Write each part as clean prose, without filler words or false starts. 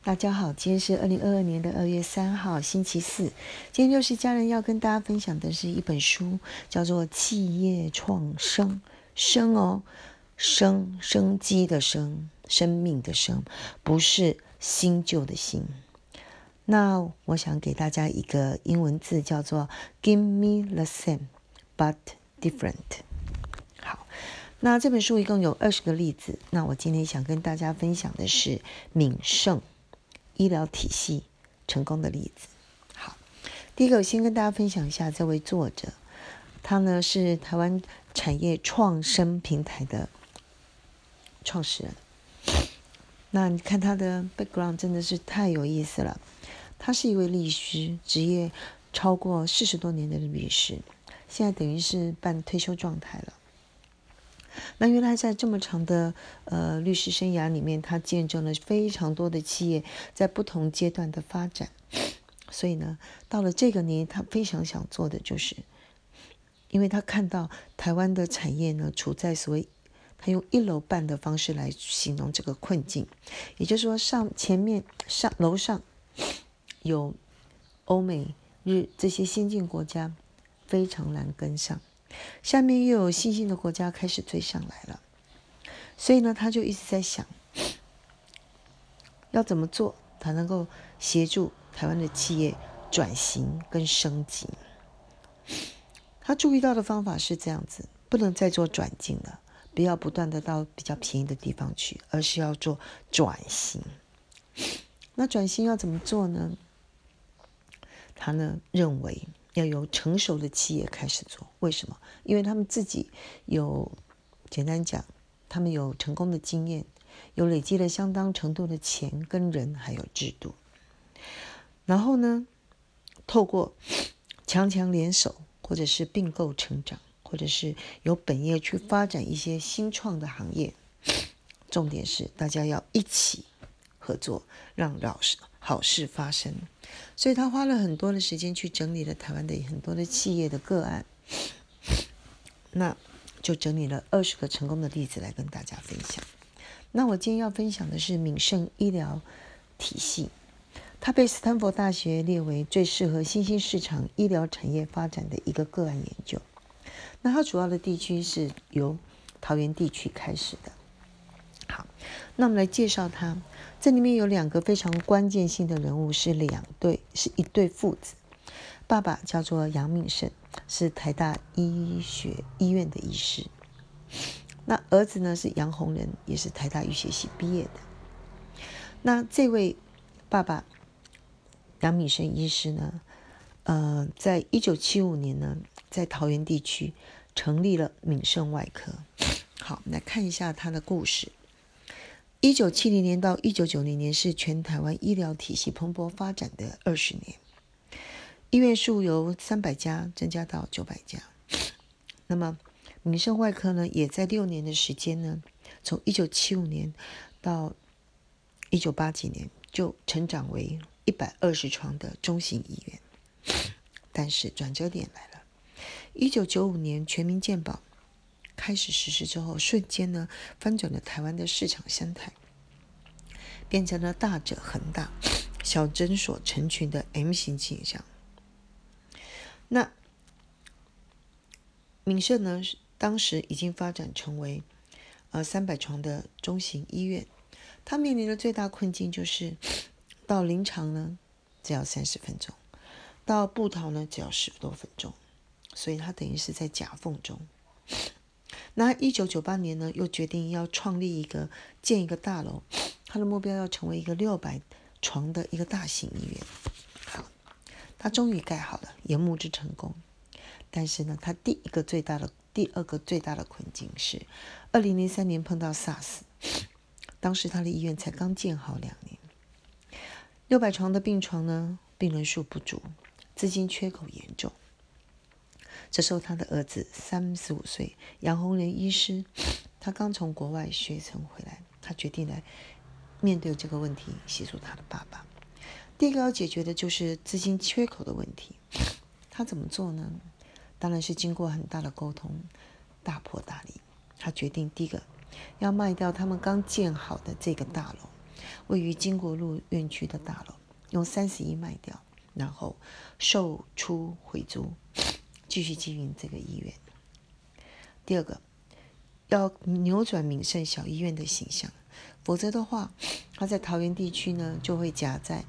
大家好，今天是2022年2月3号，星期四。今天就是家人要跟大家分享的是一本书，叫做《企业创生》。生机的生，生命的生，不是新旧的新。那我想给大家一个英文字，叫做 Give me the same, but different。好，那这本书一共有20个例子。那我今天想跟大家分享的是敏盛医疗体系成功的例子。好，第一个我先跟大家分享一下这位作者，他呢是台湾产业创生平台的创始人。那你看他的 background 真的是太有意思了。他是一位律师，职业超过40多年的律师，现在等于是半退休状态了。那原来在这么长的律师生涯里面，他见证了非常多的企业在不同阶段的发展。所以呢，到了这个年，他非常想做的就是，因为他看到台湾的产业呢处在所谓，他用一楼半的方式来形容这个困境，也就是说楼上有欧美日这些先进国家非常难跟上，下面又有新兴的国家开始追上来了。所以呢，他就一直在想要怎么做才能够协助台湾的企业转型跟升级。他注意到的方法是这样子，不能再做转进了，不要不断的到比较便宜的地方去，而是要做转型。那转型要怎么做呢？他呢认为要由成熟的企业开始做。为什么？因为他们自己有，简单讲，他们有成功的经验，有累积了相当程度的钱跟人还有制度。然后呢，透过强联手，或者是并购成长，或者是由本业去发展一些新创的行业。重点是大家要一起合作，让好事发生。所以他花了很多的时间去整理了台湾的很多的企业的个案，那就整理了20个成功的例子来跟大家分享。那我今天要分享的是敏盛医疗体系，它被斯坦福大学列为最适合新兴市场医疗产业发展的一个个案研究。那它主要的地区是由桃园地区开始的。好，那我们来介绍它。这里面有2个非常关键性的人物，是一对父子。爸爸叫做杨敏盛，是台大医院的医师。那儿子呢是杨洪仁，也是台大医学系毕业的。那这位爸爸杨敏盛医师呢，在1975年呢，在桃园地区成立了敏盛外科。好，来看一下他的故事。1970年到1990年是全台湾医疗体系蓬勃发展的20年，医院数由300家增加到900家。那么敏盛外科呢，也在6年的时间呢，从1975年到1980几年就成长为120床的中型医院。但是转折点来了，1995年全民健保开始实施之后，瞬间呢翻转了台湾的市场生态，变成了大者恒大，小诊所成群的 M 型倾向。那敏盛呢，当时已经发展成为300床的中型医院。它面临的最大困境就是到临床呢只要30分钟，到布桃呢只要10多分钟，所以它等于是在夹缝中。那1998年呢，又决定要建一个大楼，他的目标要成为一个600床的一个大型医院。好，他终于盖好了，也募资成功。但是呢，他第二个最大的困境是2003年碰到 SARS， 当时他的医院才刚建好2年，600床的病床呢，病人数不足，资金缺口严重。这时候他的儿子35岁杨洪仁医师，他刚从国外学成回来，他决定来面对这个问题，协助他的爸爸。第一个要解决的就是资金缺口的问题。他怎么做呢？当然是经过很大的沟通，大破大立。他决定第一个要卖掉他们刚建好的这个大楼， 位于经国路院区的大楼，用30亿卖掉，然后售出回租，继续经营这个医院。第二个，要扭转敏盛小医院的形象，否则的话，它在桃园地区呢就会夹在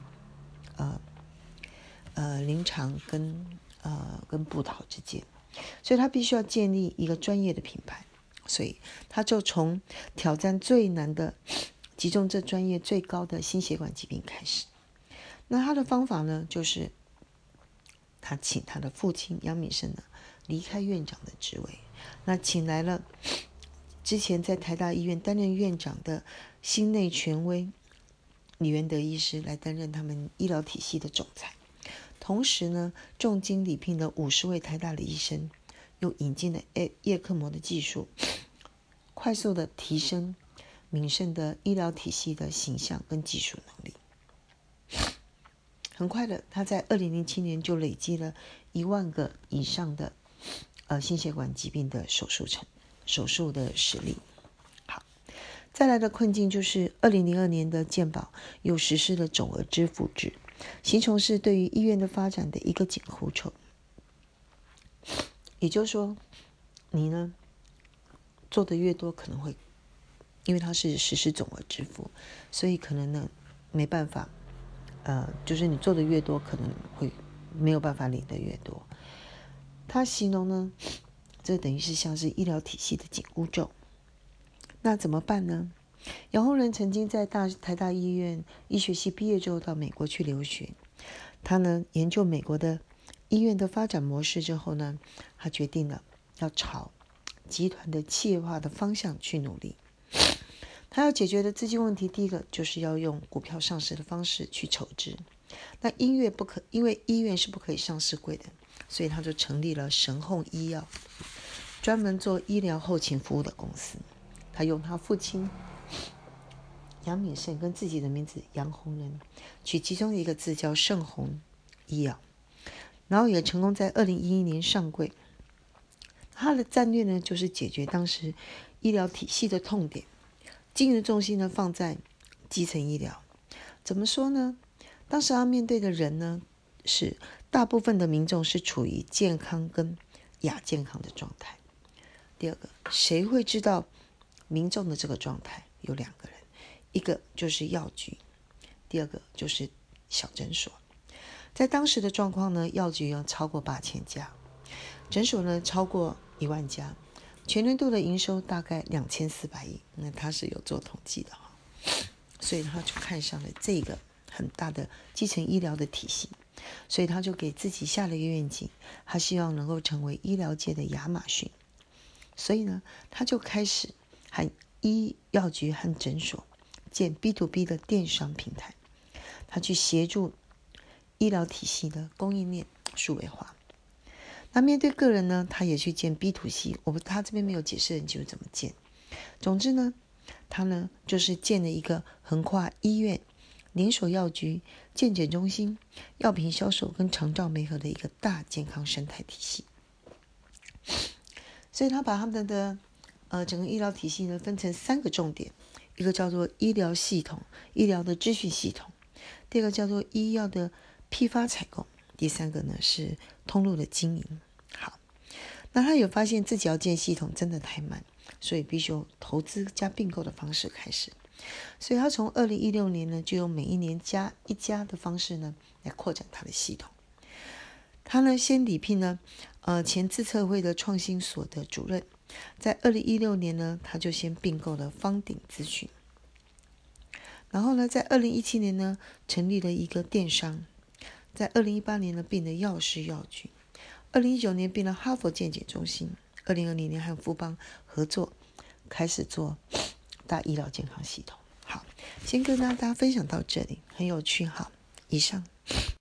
林场跟布桃之间，所以他必须要建立一个专业的品牌，所以他就从挑战最难的集中这专业最高的心血管疾病开始。那他的方法呢，就是他请他的父亲杨敏盛呢离开院长的职位，那请来了之前在台大医院担任院长的心内权威李元德医师来担任他们医疗体系的总裁。同时呢，重金礼聘了50位台大的医生，又引进了叶克膜的技术，快速的提升敏盛的医疗体系的形象跟技术能力。很快的，他在2007年就累积了1万个以上的心血管疾病的手术的实例。好，再来的困境就是2002年的健保又实施了总额支付制，形成是对于医院的发展的一个紧箍咒。也就是说，你呢做的越多，可能会因为它是实施总额支付，所以可能呢没办法，就是你做的越多，可能会没有办法领的越多。他形容呢，这等于是像是医疗体系的紧箍咒。那怎么办呢？杨洪仁曾经在台大医院医学系毕业之后到美国去留学，他呢研究美国的医院的发展模式之后呢，他决定了要朝集团的企业化的方向去努力。他要解决的资金问题，第一个就是要用股票上市的方式去筹资。那因为医院是不可以上市柜的，所以他就成立了神鸿医药，专门做医疗后勤服务的公司。他用他父亲杨敏盛跟自己的名字杨洪仁取其中一个字叫盛鸿医药，然后也成功在2011年上柜。他的战略呢，就是解决当时医疗体系的痛点，经营的重心呢放在基层医疗。怎么说呢？当时他面对的人呢，是大部分的民众是处于健康跟亚健康的状态。第二个，谁会知道民众的这个状态？有2个人，一个就是药局，第二个就是小诊所。在当时的状况呢，药局有超过8000家，诊所呢超过1万家，全年度的营收大概2400亿。那他是有做统计的哈，所以他就看上了这个很大的基层医疗的体系，所以他就给自己下了一个愿景，他希望能够成为医疗界的亚马逊。所以呢，他就开始和医药局和诊所建 B2B 的电商平台，他去协助医疗体系的供应链数位化。那面对个人呢，他也去建 B2C， 他这边没有解释很清楚怎么建。总之呢，他呢就是建了一个横跨医院、连锁药局、健检中心、药品销售跟长照媒合的一个大健康生态体系。所以他把他们的整个医疗体系呢分成3个重点，一个叫做医疗系统，医疗的资讯系统；第二个叫做医药的批发采购；第3个呢是通路的经营。好，那他有发现自己要建系统真的太慢，所以必须用投资加并购的方式开始。所以他从2016年呢，就用每一年加1家的方式呢来扩展他的系统。他呢先礼聘呢前自测会的创新所的主任，在2016年呢他就先并购了方鼎资讯，然后呢在2017年呢成立了一个电商，在2018年呢并了药师药局，2019年并了哈佛健检中心，2020年和富邦合作开始做大医疗健康系统。好，先跟大家分享到这里，很有趣哈。以上。